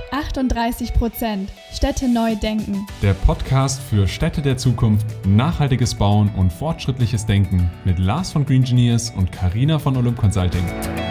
38%. Städte neu denken. Der Podcast für Städte der Zukunft, nachhaltiges Bauen und fortschrittliches Denken mit Lars von Green Engineers und Carina von Olymp Consulting.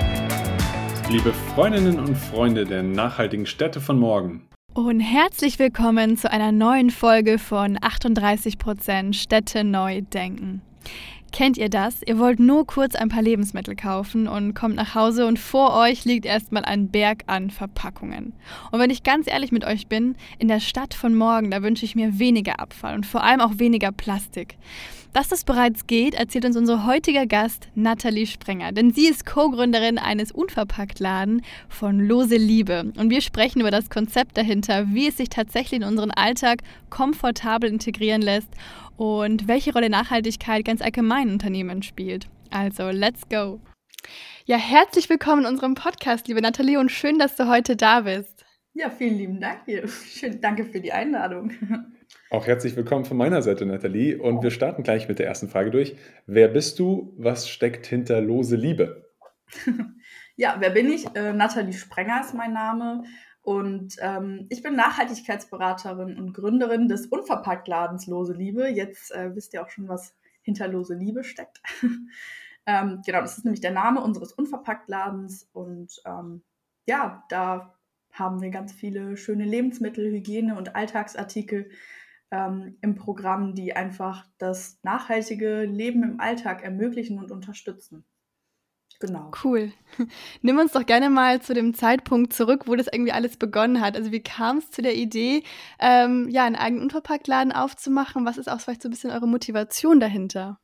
Liebe Freundinnen und Freunde der nachhaltigen Städte von morgen. Und herzlich willkommen zu einer neuen Folge von 38% Städte neu denken. Kennt ihr das? Ihr wollt nur kurz ein paar Lebensmittel kaufen und kommt nach Hause und vor euch liegt erstmal ein Berg an Verpackungen. Und wenn ich ganz ehrlich mit euch bin, in der Stadt von morgen, da wünsche ich mir weniger Abfall und vor allem auch weniger Plastik. Dass das bereits geht, erzählt uns unser heutiger Gast Nathalie Sprenger, denn sie ist Co-Gründerin eines Unverpacktladen von Lose Liebe. Und wir sprechen über das Konzept dahinter, wie es sich tatsächlich in unseren Alltag komfortabel integrieren lässt und welche Rolle Nachhaltigkeit ganz allgemein in Unternehmen spielt. Also, let's go! Ja, herzlich willkommen in unserem Podcast, liebe Nathalie, und schön, dass du heute da bist. Ja, vielen lieben Dank dir. Danke für die Einladung. Auch herzlich willkommen von meiner Seite, Nathalie. Und wir starten gleich mit der ersten Frage durch. Wer bist du? Was steckt hinter Lose Liebe? Ja, wer bin ich? Nathalie Sprenger ist mein Name. Und ich bin Nachhaltigkeitsberaterin und Gründerin des Unverpacktladens Lose Liebe. Jetzt wisst ihr auch schon, was hinter Lose Liebe steckt. Genau, das ist nämlich der Name unseres Unverpacktladens. Und ja, da haben wir ganz viele schöne Lebensmittel, Hygiene- und Alltagsartikel im Programm, die einfach das nachhaltige Leben im Alltag ermöglichen und unterstützen. Genau. Cool. Nimm uns doch gerne mal zu dem Zeitpunkt zurück, wo das irgendwie alles begonnen hat. Also wie kam es zu der Idee, einen eigenen Unverpacktladen aufzumachen? Was ist auch vielleicht so ein bisschen eure Motivation dahinter?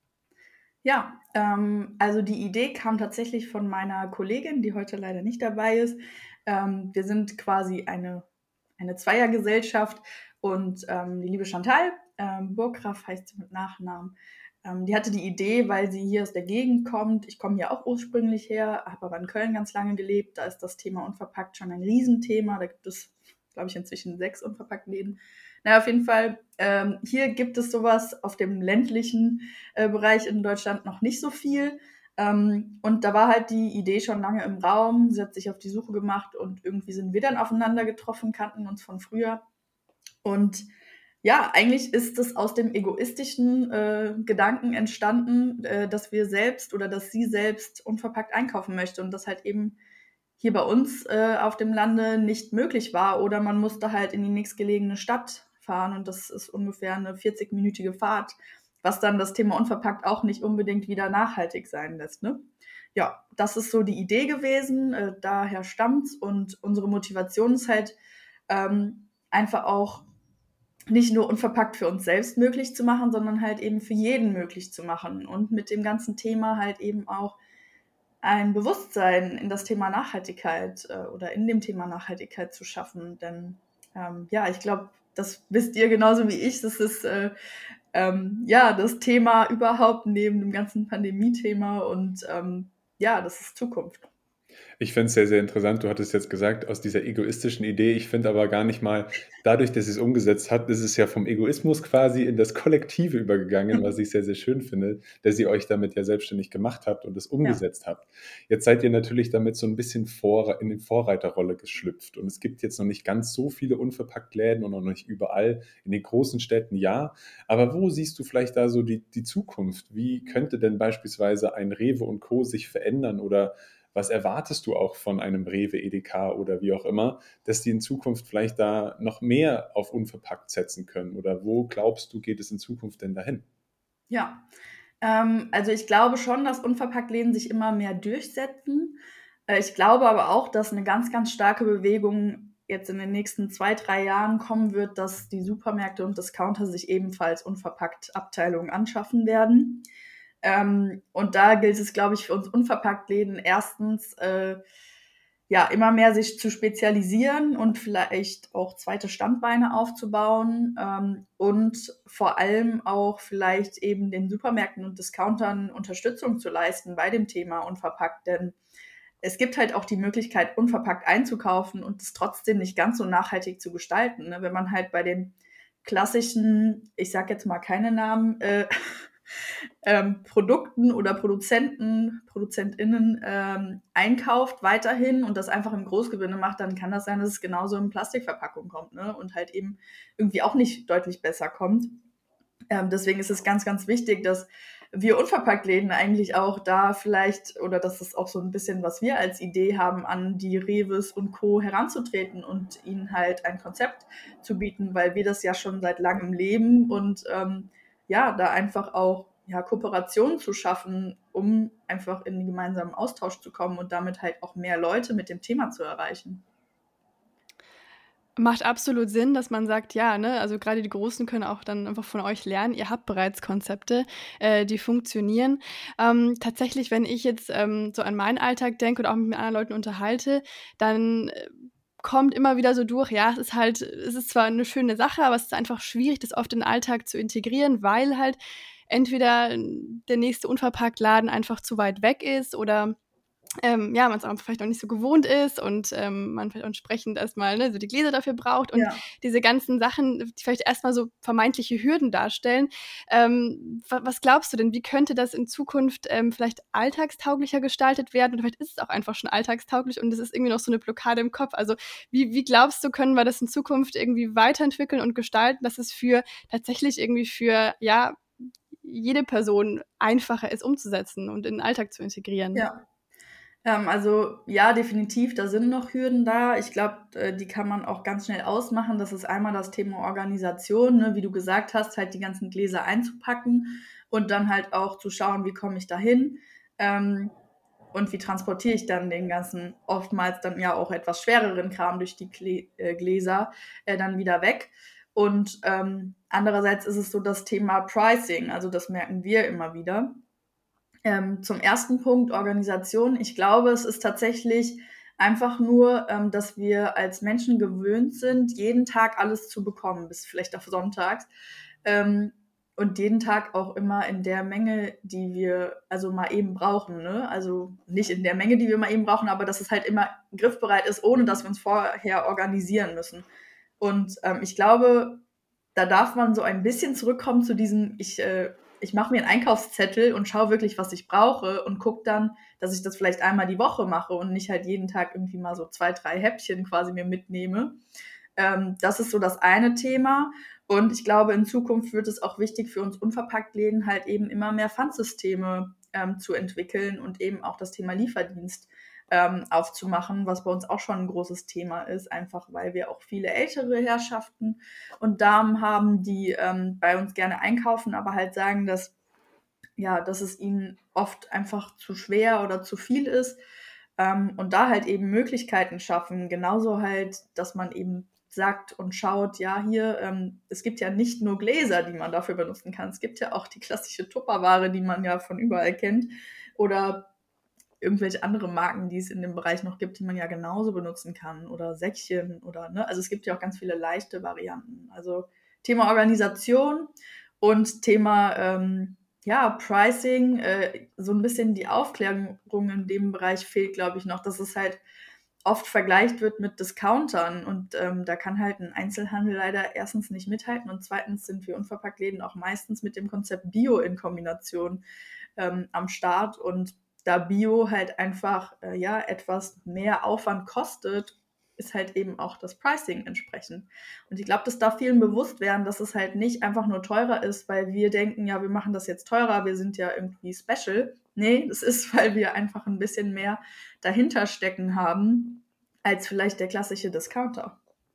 Ja, also die Idee kam tatsächlich von meiner Kollegin, die heute leider nicht dabei ist. Wir sind quasi eine Zweiergesellschaft und die liebe Chantal, Burggraf heißt sie mit Nachnamen, die hatte die Idee, weil sie hier aus der Gegend kommt. Ich komme hier auch ursprünglich her, habe aber in Köln ganz lange gelebt. Da ist das Thema Unverpackt schon ein Riesenthema. Da gibt es, glaube ich, inzwischen 6 Unverpacktläden. Naja, auf jeden Fall, hier gibt es sowas auf dem ländlichen Bereich in Deutschland noch nicht so viel. Und da war halt die Idee schon lange im Raum. Sie hat sich auf die Suche gemacht und irgendwie sind wir dann aufeinander getroffen, kannten uns von früher. Und ja, eigentlich ist es aus dem egoistischen Gedanken entstanden, dass wir selbst oder dass sie selbst unverpackt einkaufen möchte und das halt eben hier bei uns auf dem Lande nicht möglich war oder man musste halt in die nächstgelegene Stadt fahren und das ist ungefähr eine 40-minütige Fahrt, was dann das Thema unverpackt auch nicht unbedingt wieder nachhaltig sein lässt, ne? Ja, das ist so die Idee gewesen, daher stammt's und unsere Motivation ist halt einfach auch nicht nur unverpackt für uns selbst möglich zu machen, sondern halt eben für jeden möglich zu machen und mit dem ganzen Thema halt eben auch ein Bewusstsein in das Thema Nachhaltigkeit oder in dem Thema Nachhaltigkeit zu schaffen. Denn ja, ich glaube, das wisst ihr genauso wie ich, das ist das Thema überhaupt neben dem ganzen Pandemie-Thema und ja, das ist Zukunft. Ich finde es sehr, sehr interessant. Du hattest jetzt gesagt, aus dieser egoistischen Idee. Ich finde aber gar nicht mal, dadurch, dass sie es umgesetzt hat, ist es ja vom Egoismus quasi in das Kollektive übergegangen, was ich sehr, sehr schön finde, dass ihr euch damit ja selbstständig gemacht habt und es umgesetzt habt. Jetzt seid ihr natürlich damit so ein bisschen in die Vorreiterrolle geschlüpft. Und es gibt jetzt noch nicht ganz so viele Unverpacktläden und auch noch nicht überall in den großen Städten, ja. Aber wo siehst du vielleicht da so die Zukunft? Wie könnte denn beispielsweise ein Rewe und Co. sich verändern oder was erwartest du auch von einem Rewe, Edeka oder wie auch immer, dass die in Zukunft vielleicht da noch mehr auf unverpackt setzen können? Oder wo glaubst du, geht es in Zukunft denn dahin? Ja, also ich glaube schon, dass Unverpacktläden sich immer mehr durchsetzen. Ich glaube aber auch, dass eine ganz, ganz starke Bewegung jetzt in den nächsten 2, 3 Jahren kommen wird, dass die Supermärkte und Discounter sich ebenfalls Unverpackt-Abteilungen anschaffen werden. Und da gilt es, glaube ich, für uns Unverpacktläden erstens, immer mehr sich zu spezialisieren und vielleicht auch zweite Standbeine aufzubauen und vor allem auch vielleicht eben den Supermärkten und Discountern Unterstützung zu leisten bei dem Thema unverpackt. Denn es gibt halt auch die Möglichkeit, unverpackt einzukaufen und es trotzdem nicht ganz so nachhaltig zu gestalten. Ne? Wenn man halt bei den klassischen, ich sag jetzt mal keine Namen, Produkten oder ProduzentInnen einkauft weiterhin und das einfach im Großgewinde macht, dann kann das sein, dass es genauso in Plastikverpackung kommt, ne? Und halt eben irgendwie auch nicht deutlich besser kommt. Deswegen ist es ganz, ganz wichtig, dass wir Unverpacktläden eigentlich auch da vielleicht, oder das ist auch so ein bisschen, was wir als Idee haben, an die Rewe's und Co. heranzutreten und ihnen halt ein Konzept zu bieten, weil wir das ja schon seit langem leben und ja, da einfach auch Kooperationen zu schaffen, um einfach in den gemeinsamen Austausch zu kommen und damit halt auch mehr Leute mit dem Thema zu erreichen. Macht absolut Sinn, dass man sagt, ja, ne, also gerade die Großen können auch dann einfach von euch lernen. Ihr habt bereits Konzepte, die funktionieren. Tatsächlich, wenn ich jetzt so an meinen Alltag denke oder auch mich mit anderen Leuten unterhalte, dann kommt immer wieder so durch, ja, es ist zwar eine schöne Sache, aber es ist einfach schwierig, das oft in den Alltag zu integrieren, weil halt entweder der nächste Unverpacktladen einfach zu weit weg ist oder man es auch vielleicht auch nicht so gewohnt ist und man vielleicht auch entsprechend erstmal so die Gläser dafür braucht und diese ganzen Sachen, die vielleicht erstmal so vermeintliche Hürden darstellen. Was glaubst du denn, wie könnte das in Zukunft vielleicht alltagstauglicher gestaltet werden? Oder vielleicht ist es auch einfach schon alltagstauglich und es ist irgendwie noch so eine Blockade im Kopf. Also wie glaubst du, können wir das in Zukunft irgendwie weiterentwickeln und gestalten, dass es tatsächlich irgendwie für jede Person einfacher ist umzusetzen und in den Alltag zu integrieren? Ja. Also ja, definitiv, da sind noch Hürden da. Ich glaube, die kann man auch ganz schnell ausmachen. Das ist einmal das Thema Organisation, ne? Wie du gesagt hast, halt die ganzen Gläser einzupacken und dann halt auch zu schauen, wie komme ich da hin und wie transportiere ich dann den ganzen, oftmals dann ja auch etwas schwereren Kram durch die Gläser dann wieder weg. Und andererseits ist es so das Thema Pricing, also das merken wir immer wieder. Zum ersten Punkt Organisation. Ich glaube, es ist tatsächlich einfach nur, dass wir als Menschen gewöhnt sind, jeden Tag alles zu bekommen, bis vielleicht auf sonntags. Und jeden Tag auch immer in der Menge, die wir also mal eben brauchen. Ne? Also nicht in der Menge, die wir mal eben brauchen, aber dass es halt immer griffbereit ist, ohne dass wir uns vorher organisieren müssen. Und ich glaube, da darf man so ein bisschen zurückkommen zu diesem, ich mache mir einen Einkaufszettel und schaue wirklich, was ich brauche und gucke dann, dass ich das vielleicht einmal die Woche mache und nicht halt jeden Tag irgendwie mal so 2, 3 Häppchen quasi mir mitnehme. Das ist so das eine Thema. Und ich glaube, in Zukunft wird es auch wichtig für uns Unverpacktläden halt eben immer mehr Pfandsysteme zu entwickeln und eben auch das Thema Lieferdienst aufzumachen, was bei uns auch schon ein großes Thema ist, einfach weil wir auch viele ältere Herrschaften und Damen haben, die bei uns gerne einkaufen, aber halt sagen, dass es ihnen oft einfach zu schwer oder zu viel ist und da halt eben Möglichkeiten schaffen, genauso halt, dass man eben sagt und schaut, ja, hier, es gibt ja nicht nur Gläser, die man dafür benutzen kann, es gibt ja auch die klassische Tupperware, die man ja von überall kennt oder irgendwelche andere Marken, die es in dem Bereich noch gibt, die man ja genauso benutzen kann oder Säckchen oder, ne, also es gibt ja auch ganz viele leichte Varianten. Also Thema Organisation und Thema, Pricing, so ein bisschen die Aufklärung in dem Bereich fehlt, glaube ich, noch, dass es halt oft vergleicht wird mit Discountern und da kann halt ein Einzelhandel leider erstens nicht mithalten und zweitens sind wir Unverpacktläden auch meistens mit dem Konzept Bio in Kombination am Start und da Bio halt einfach etwas mehr Aufwand kostet, ist halt eben auch das Pricing entsprechend. Und ich glaube, das darf vielen bewusst werden, dass es halt nicht einfach nur teurer ist, weil wir denken, ja, wir machen das jetzt teurer, wir sind ja irgendwie special. Nee, das ist, weil wir einfach ein bisschen mehr dahinter stecken haben, als vielleicht der klassische Discounter.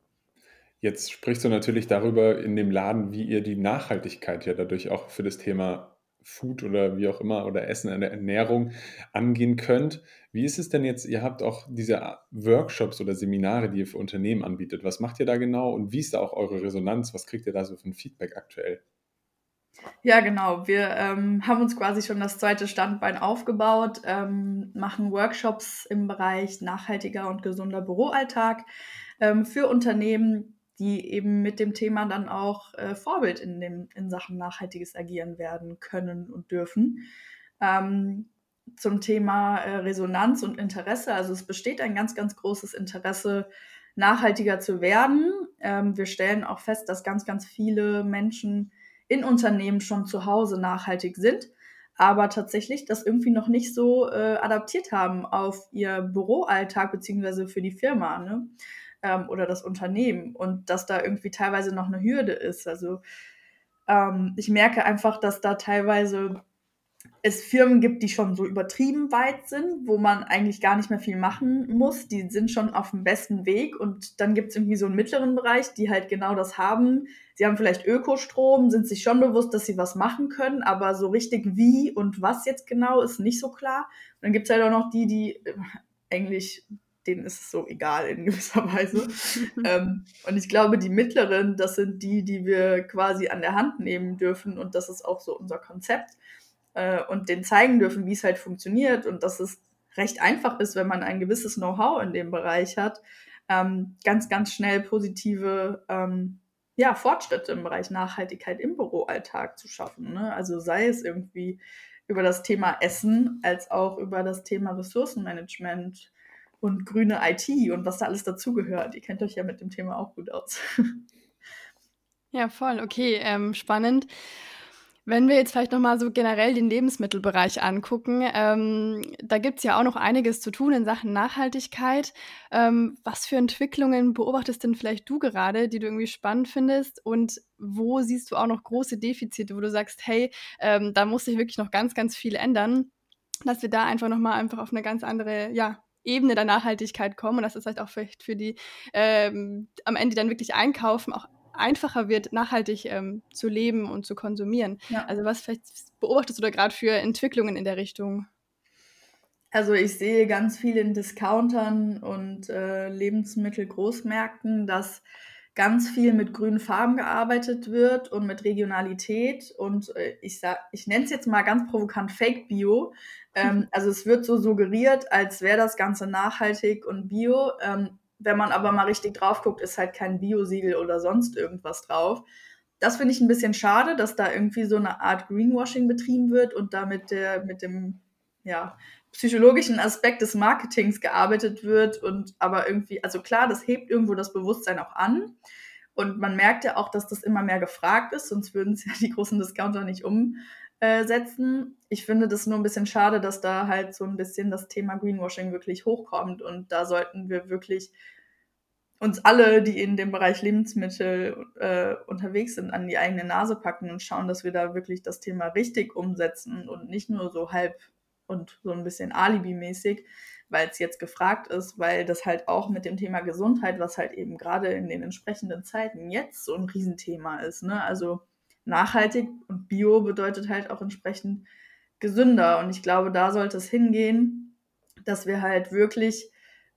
Jetzt sprichst du natürlich darüber in dem Laden, wie ihr die Nachhaltigkeit ja dadurch auch für das Thema Food oder wie auch immer oder Essen, Ernährung angehen könnt. Wie ist es denn jetzt? Ihr habt auch diese Workshops oder Seminare, die ihr für Unternehmen anbietet. Was macht ihr da genau und wie ist da auch eure Resonanz? Was kriegt ihr da so für ein Feedback aktuell? Ja, genau. Wir haben uns quasi schon das zweite Standbein aufgebaut, machen Workshops im Bereich nachhaltiger und gesunder Büroalltag für Unternehmen, die eben mit dem Thema dann auch Vorbild in Sachen nachhaltiges Agieren werden können und dürfen. Zum Thema Resonanz und Interesse. Also es besteht ein ganz, ganz großes Interesse, nachhaltiger zu werden. Wir stellen auch fest, dass ganz, ganz viele Menschen in Unternehmen schon zu Hause nachhaltig sind, aber tatsächlich das irgendwie noch nicht so adaptiert haben auf ihr Büroalltag beziehungsweise für die Firma, ne? Oder das Unternehmen, und dass da irgendwie teilweise noch eine Hürde ist. Also ich merke einfach, dass da teilweise es Firmen gibt, die schon so übertrieben weit sind, wo man eigentlich gar nicht mehr viel machen muss. Die sind schon auf dem besten Weg, und dann gibt es irgendwie so einen mittleren Bereich, die halt genau das haben. Sie haben vielleicht Ökostrom, sind sich schon bewusst, dass sie was machen können, aber so richtig wie und was jetzt genau ist nicht so klar. Und dann gibt es halt auch noch die eigentlich, denen ist es so egal in gewisser Weise. Und ich glaube, die mittleren, das sind die wir quasi an der Hand nehmen dürfen, und das ist auch so unser Konzept, und denen zeigen dürfen, wie es halt funktioniert und dass es recht einfach ist, wenn man ein gewisses Know-how in dem Bereich hat, ganz, ganz schnell positive Fortschritte im Bereich Nachhaltigkeit im Büroalltag zu schaffen, ne? Also sei es irgendwie über das Thema Essen, als auch über das Thema Ressourcenmanagement und grüne IT und was da alles dazugehört. Ihr kennt euch ja mit dem Thema auch gut aus. Ja, voll, okay, spannend. Wenn wir jetzt vielleicht noch mal so generell den Lebensmittelbereich angucken, da gibt's ja auch noch einiges zu tun in Sachen Nachhaltigkeit. Was für Entwicklungen beobachtest denn vielleicht du gerade, die du irgendwie spannend findest? Und wo siehst du auch noch große Defizite, wo du sagst: „Hey, da muss sich wirklich noch ganz, ganz viel ändern“, dass wir da einfach noch mal einfach auf eine ganz andere, ja, Ebene der Nachhaltigkeit kommen und dass es halt auch vielleicht für die, am Ende dann wirklich einkaufen auch einfacher wird, nachhaltig, zu leben und zu konsumieren. Ja. Also, was vielleicht beobachtest du da gerade für Entwicklungen in der Richtung? Also ich sehe ganz viel in Discountern und Lebensmittelgroßmärkten, dass ganz viel mit grünen Farben gearbeitet wird und mit Regionalität, und ich nenne es jetzt mal ganz provokant Fake Bio. Also es wird so suggeriert, als wäre das Ganze nachhaltig und Bio. Wenn man aber mal richtig drauf guckt, ist halt kein Bio-Siegel oder sonst irgendwas drauf. Das finde ich ein bisschen schade, dass da irgendwie so eine Art Greenwashing betrieben wird und da mit dem psychologischen Aspekt des Marketings gearbeitet wird, und aber irgendwie, also klar, das hebt irgendwo das Bewusstsein auch an, und man merkt ja auch, dass das immer mehr gefragt ist, sonst würden es ja die großen Discounter nicht umsetzen. Ich finde das nur ein bisschen schade, dass da halt so ein bisschen das Thema Greenwashing wirklich hochkommt, und da sollten wir wirklich uns alle, die in dem Bereich Lebensmittel unterwegs sind, an die eigene Nase packen und schauen, dass wir da wirklich das Thema richtig umsetzen und nicht nur so halb und so ein bisschen Alibi-mäßig, weil es jetzt gefragt ist, weil das halt auch mit dem Thema Gesundheit, was halt eben gerade in den entsprechenden Zeiten jetzt so ein Riesenthema ist, ne? Also nachhaltig und Bio bedeutet halt auch entsprechend gesünder, und ich glaube, da sollte es hingehen, dass wir halt wirklich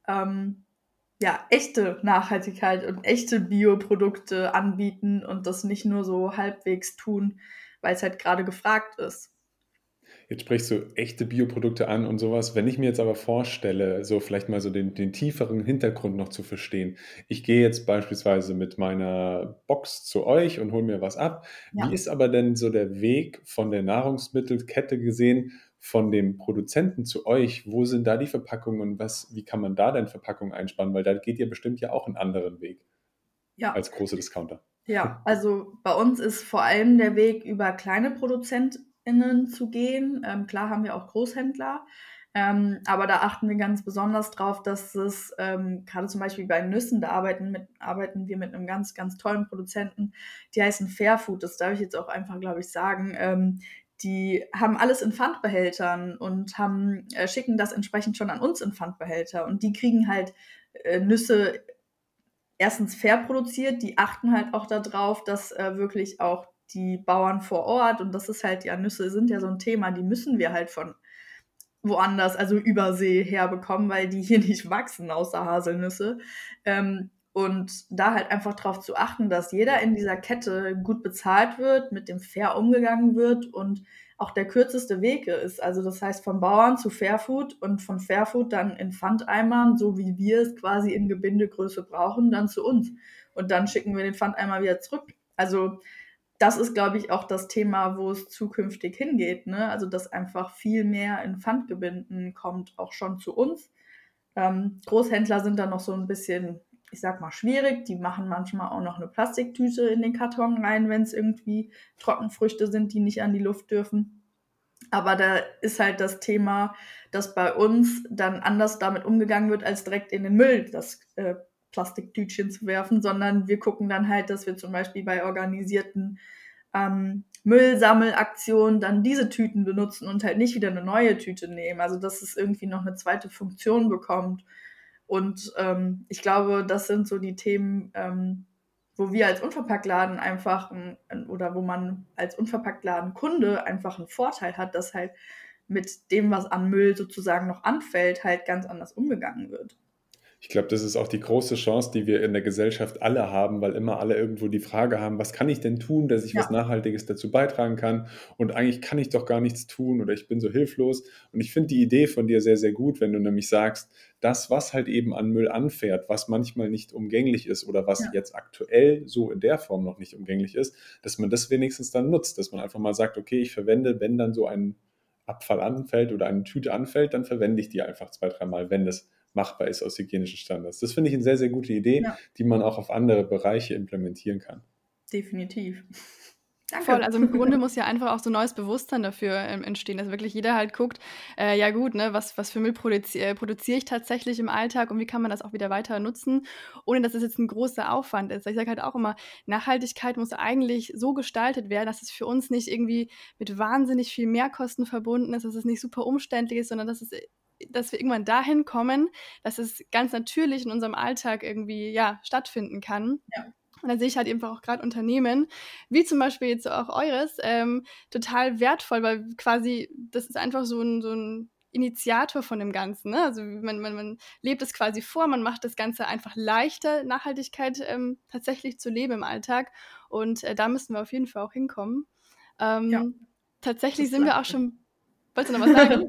echte Nachhaltigkeit und echte Bioprodukte anbieten und das nicht nur so halbwegs tun, weil es halt gerade gefragt ist. Jetzt sprichst du echte Bioprodukte an und sowas. Wenn ich mir jetzt aber vorstelle, so vielleicht mal so den tieferen Hintergrund noch zu verstehen. Ich gehe jetzt beispielsweise mit meiner Box zu euch und hole mir was ab. Wie Ja. ist aber denn so der Weg von der Nahrungsmittelkette gesehen, von dem Produzenten zu euch? Wo sind da die Verpackungen und wie kann man da denn Verpackungen einsparen? Weil da geht ihr bestimmt ja auch einen anderen Weg Ja, als große Discounter. ja, also bei uns ist vor allem der Weg über kleine ProduzentInnen zu gehen. Klar haben wir auch Großhändler, aber da achten wir ganz besonders drauf, dass es gerade zum Beispiel bei Nüssen, da arbeiten wir mit einem ganz, ganz tollen Produzenten, die heißen Fairfood, das darf ich jetzt auch einfach, glaube ich, sagen. Die haben alles in Pfandbehältern und schicken das entsprechend schon an uns in Pfandbehälter, und die kriegen halt Nüsse erstens fair produziert, die achten halt auch darauf, dass wirklich auch die Bauern vor Ort, und das ist halt, ja, Nüsse sind ja so ein Thema, die müssen wir halt von woanders, also Übersee herbekommen, weil die hier nicht wachsen, außer Haselnüsse. Und da halt einfach darauf zu achten, dass jeder in dieser Kette gut bezahlt wird, mit dem fair umgegangen wird und auch der kürzeste Weg ist. Also das heißt, vom Bauern zu Fairfood und von Fairfood dann in Pfandeimern, so wie wir es quasi in Gebindegröße brauchen, dann zu uns. Und dann schicken wir den Pfandeimer wieder zurück. Also das ist, glaube ich, auch das Thema, wo es zukünftig hingeht, ne? Also dass einfach viel mehr in Pfandgebinden kommt, auch schon zu uns. Großhändler sind da noch so ein bisschen ich sag mal, schwierig. Die machen manchmal auch noch eine Plastiktüte in den Karton rein, wenn es irgendwie Trockenfrüchte sind, die nicht an die Luft dürfen. Aber da ist halt das Thema, dass bei uns dann anders damit umgegangen wird, als direkt in den Müll das Plastiktütchen zu werfen, sondern wir gucken dann halt, dass wir zum Beispiel bei organisierten Müllsammelaktionen dann diese Tüten benutzen und halt nicht wieder eine neue Tüte nehmen. Also dass es irgendwie noch eine zweite Funktion bekommt. Und ich glaube, das sind so die Themen, wo wir als Unverpacktladen einfach oder wo man als Unverpacktladenkunde einfach einen Vorteil hat, dass halt mit dem, was an Müll sozusagen noch anfällt, halt ganz anders umgegangen wird. Ich glaube, das ist auch die große Chance, die wir in der Gesellschaft alle haben, weil immer alle irgendwo die Frage haben, was kann ich denn tun, dass ich was Ja, Nachhaltiges dazu beitragen kann? Und eigentlich kann ich doch gar nichts tun oder ich bin so hilflos. Und ich finde die Idee von dir sehr, sehr gut, wenn du nämlich sagst, das, was halt eben an Müll anfährt, was manchmal nicht umgänglich ist oder was ja, jetzt aktuell so in der Form noch nicht umgänglich ist, dass man das wenigstens dann nutzt, dass man einfach mal sagt, okay, ich verwende, wenn dann so ein Abfall anfällt oder eine Tüte anfällt, dann verwende ich die einfach 2, 3 Mal, wenn das machbar ist aus hygienischen Standards. Das finde ich eine sehr, sehr gute Idee, ja, die man auch auf andere Bereiche implementieren kann. definitiv. Voll, Danke. also im Grunde muss ja einfach auch so neues Bewusstsein dafür entstehen, dass wirklich jeder halt guckt, ja gut, ne, was für Müll produziere ich tatsächlich im Alltag und wie kann man das auch wieder weiter nutzen, ohne dass es jetzt ein großer Aufwand ist. Ich sage halt auch immer, Nachhaltigkeit muss eigentlich so gestaltet werden, dass es für uns nicht irgendwie mit wahnsinnig viel Mehrkosten verbunden ist, dass es nicht super umständlich ist, sondern dass wir irgendwann dahin kommen, dass es ganz natürlich in unserem Alltag irgendwie ja, stattfinden kann. Ja, Und da sehe ich halt eben auch gerade Unternehmen, wie zum Beispiel jetzt auch eures, total wertvoll, weil quasi das ist einfach so ein Initiator von dem Ganzen. Ne? Also man lebt es quasi vor, man macht das Ganze einfach leichter, Nachhaltigkeit tatsächlich zu leben im Alltag. Und da müssen wir auf jeden Fall auch hinkommen. ja, Tatsächlich das sind wir auch sagst du. schon. Wolltest du noch was sagen?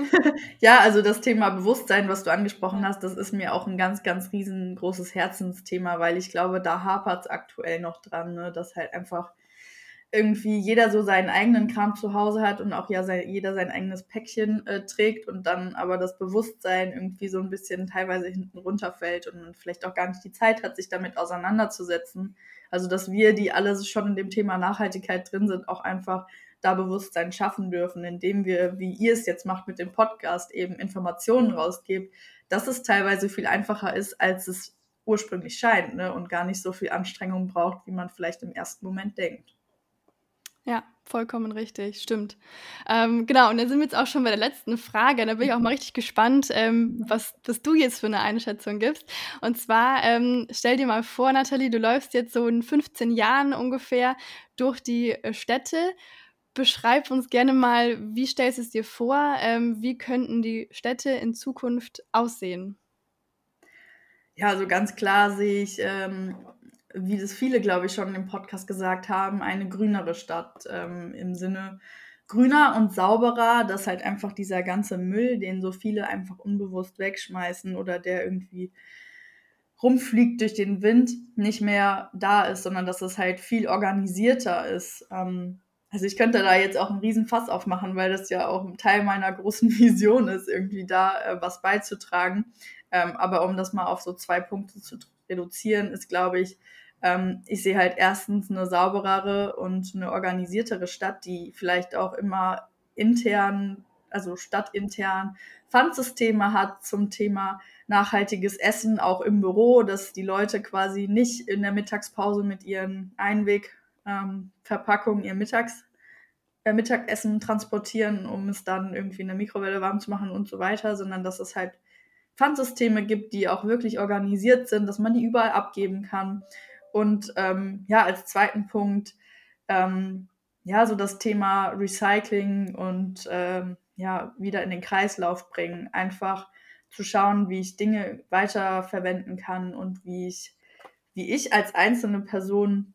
Ja, also das Thema Bewusstsein, was du angesprochen hast, das ist mir auch ein ganz, ganz riesengroßes Herzensthema, weil ich glaube, da hapert es aktuell noch dran, ne? Dass halt einfach irgendwie jeder so seinen eigenen Kram zu Hause hat und auch ja jeder sein eigenes Päckchen trägt und dann aber das Bewusstsein irgendwie so ein bisschen teilweise hinten runterfällt und man vielleicht auch gar nicht die Zeit hat, sich damit auseinanderzusetzen. Also dass wir, die alle schon in dem Thema Nachhaltigkeit drin sind, auch einfach da Bewusstsein schaffen dürfen, indem wir, wie ihr es jetzt macht mit dem Podcast, eben Informationen rausgebt, dass es teilweise viel einfacher ist, als es ursprünglich scheint, ne? Und gar nicht so viel Anstrengung braucht, wie man vielleicht im ersten Moment denkt. Ja, vollkommen richtig, stimmt. Genau, und dann sind wir jetzt auch schon bei der letzten Frage. Da bin ich auch mal richtig gespannt, was du jetzt für eine Einschätzung gibst. Und zwar, stell dir mal vor, Nathalie, du läufst jetzt so in 15 Jahren ungefähr durch die Städte. Beschreib uns gerne mal, wie stellst du es dir vor? Wie könnten die Städte in Zukunft aussehen? Ja, also ganz klar sehe ich, wie das viele, glaube ich, schon im Podcast gesagt haben, eine grünere Stadt im Sinne grüner und sauberer, dass halt einfach dieser ganze Müll, den so viele einfach unbewusst wegschmeißen oder der irgendwie rumfliegt durch den Wind, nicht mehr da ist, sondern dass es halt viel organisierter ist. Also ich könnte da jetzt auch einen riesen Fass aufmachen, weil das ja auch ein Teil meiner großen Vision ist, irgendwie da was beizutragen. Aber um das mal auf so 2 Punkte zu reduzieren, ist, glaube ich sehe halt erstens eine sauberere und eine organisiertere Stadt, die vielleicht auch immer intern, also stadtintern Pfandsysteme hat zum Thema nachhaltiges Essen, auch im Büro, dass die Leute quasi nicht in der Mittagspause mit ihren Einwegverpackungen ihr Mittagessen transportieren, um es dann irgendwie in der Mikrowelle warm zu machen und so weiter, sondern dass es halt Pfandsysteme gibt, die auch wirklich organisiert sind, dass man die überall abgeben kann. Und ja, als zweiten Punkt, ja, so das Thema Recycling und ja, wieder in den Kreislauf bringen. Einfach zu schauen, wie ich Dinge weiterverwenden kann und wie ich als einzelne Person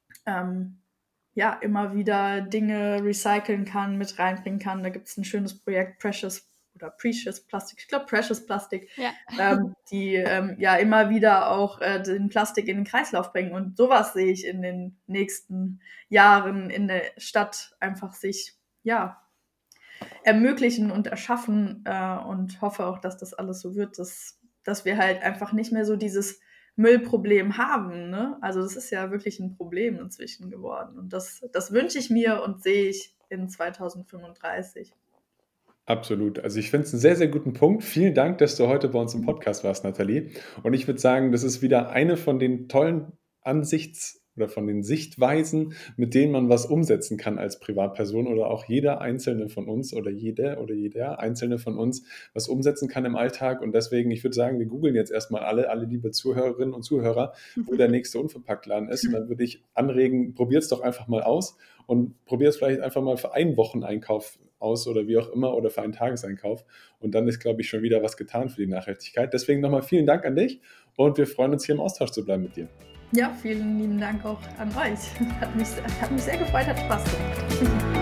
ja, immer wieder Dinge recyceln kann, mit reinbringen kann. Da gibt es ein schönes Projekt, Precious Plastic, ich glaube Precious Plastic, Ja. die ja immer wieder auch den Plastik in den Kreislauf bringen. Und sowas sehe ich in den nächsten Jahren in der Stadt einfach sich ja ermöglichen und erschaffen und hoffe auch, dass das alles so wird, dass wir halt einfach nicht mehr so dieses Müllproblem haben, ne? Also das ist ja wirklich ein Problem inzwischen geworden. Und das wünsche ich mir und sehe ich in 2035. Absolut. Also ich finde es einen sehr, sehr guten Punkt. Vielen Dank, dass du heute bei uns im Podcast warst, Nathalie. Und ich würde sagen, das ist wieder eine von den tollen oder von den Sichtweisen, mit denen man was umsetzen kann als Privatperson oder auch jeder Einzelne von uns oder jeder Einzelne von uns was umsetzen kann im Alltag. Und deswegen, ich würde sagen, wir googeln jetzt erstmal alle liebe Zuhörerinnen und Zuhörer, wo der nächste Unverpacktladen ist. Und dann würde ich anregen, probiert es doch einfach mal aus und probiert es vielleicht einfach mal für einen Wocheneinkauf aus oder wie auch immer oder für einen Tageseinkauf. Und dann ist, glaube ich, schon wieder was getan für die Nachhaltigkeit. Deswegen nochmal vielen Dank an dich und wir freuen uns, hier im Austausch zu bleiben mit dir. Ja, vielen lieben Dank auch an euch. Hat mich sehr gefreut, hat Spaß gemacht.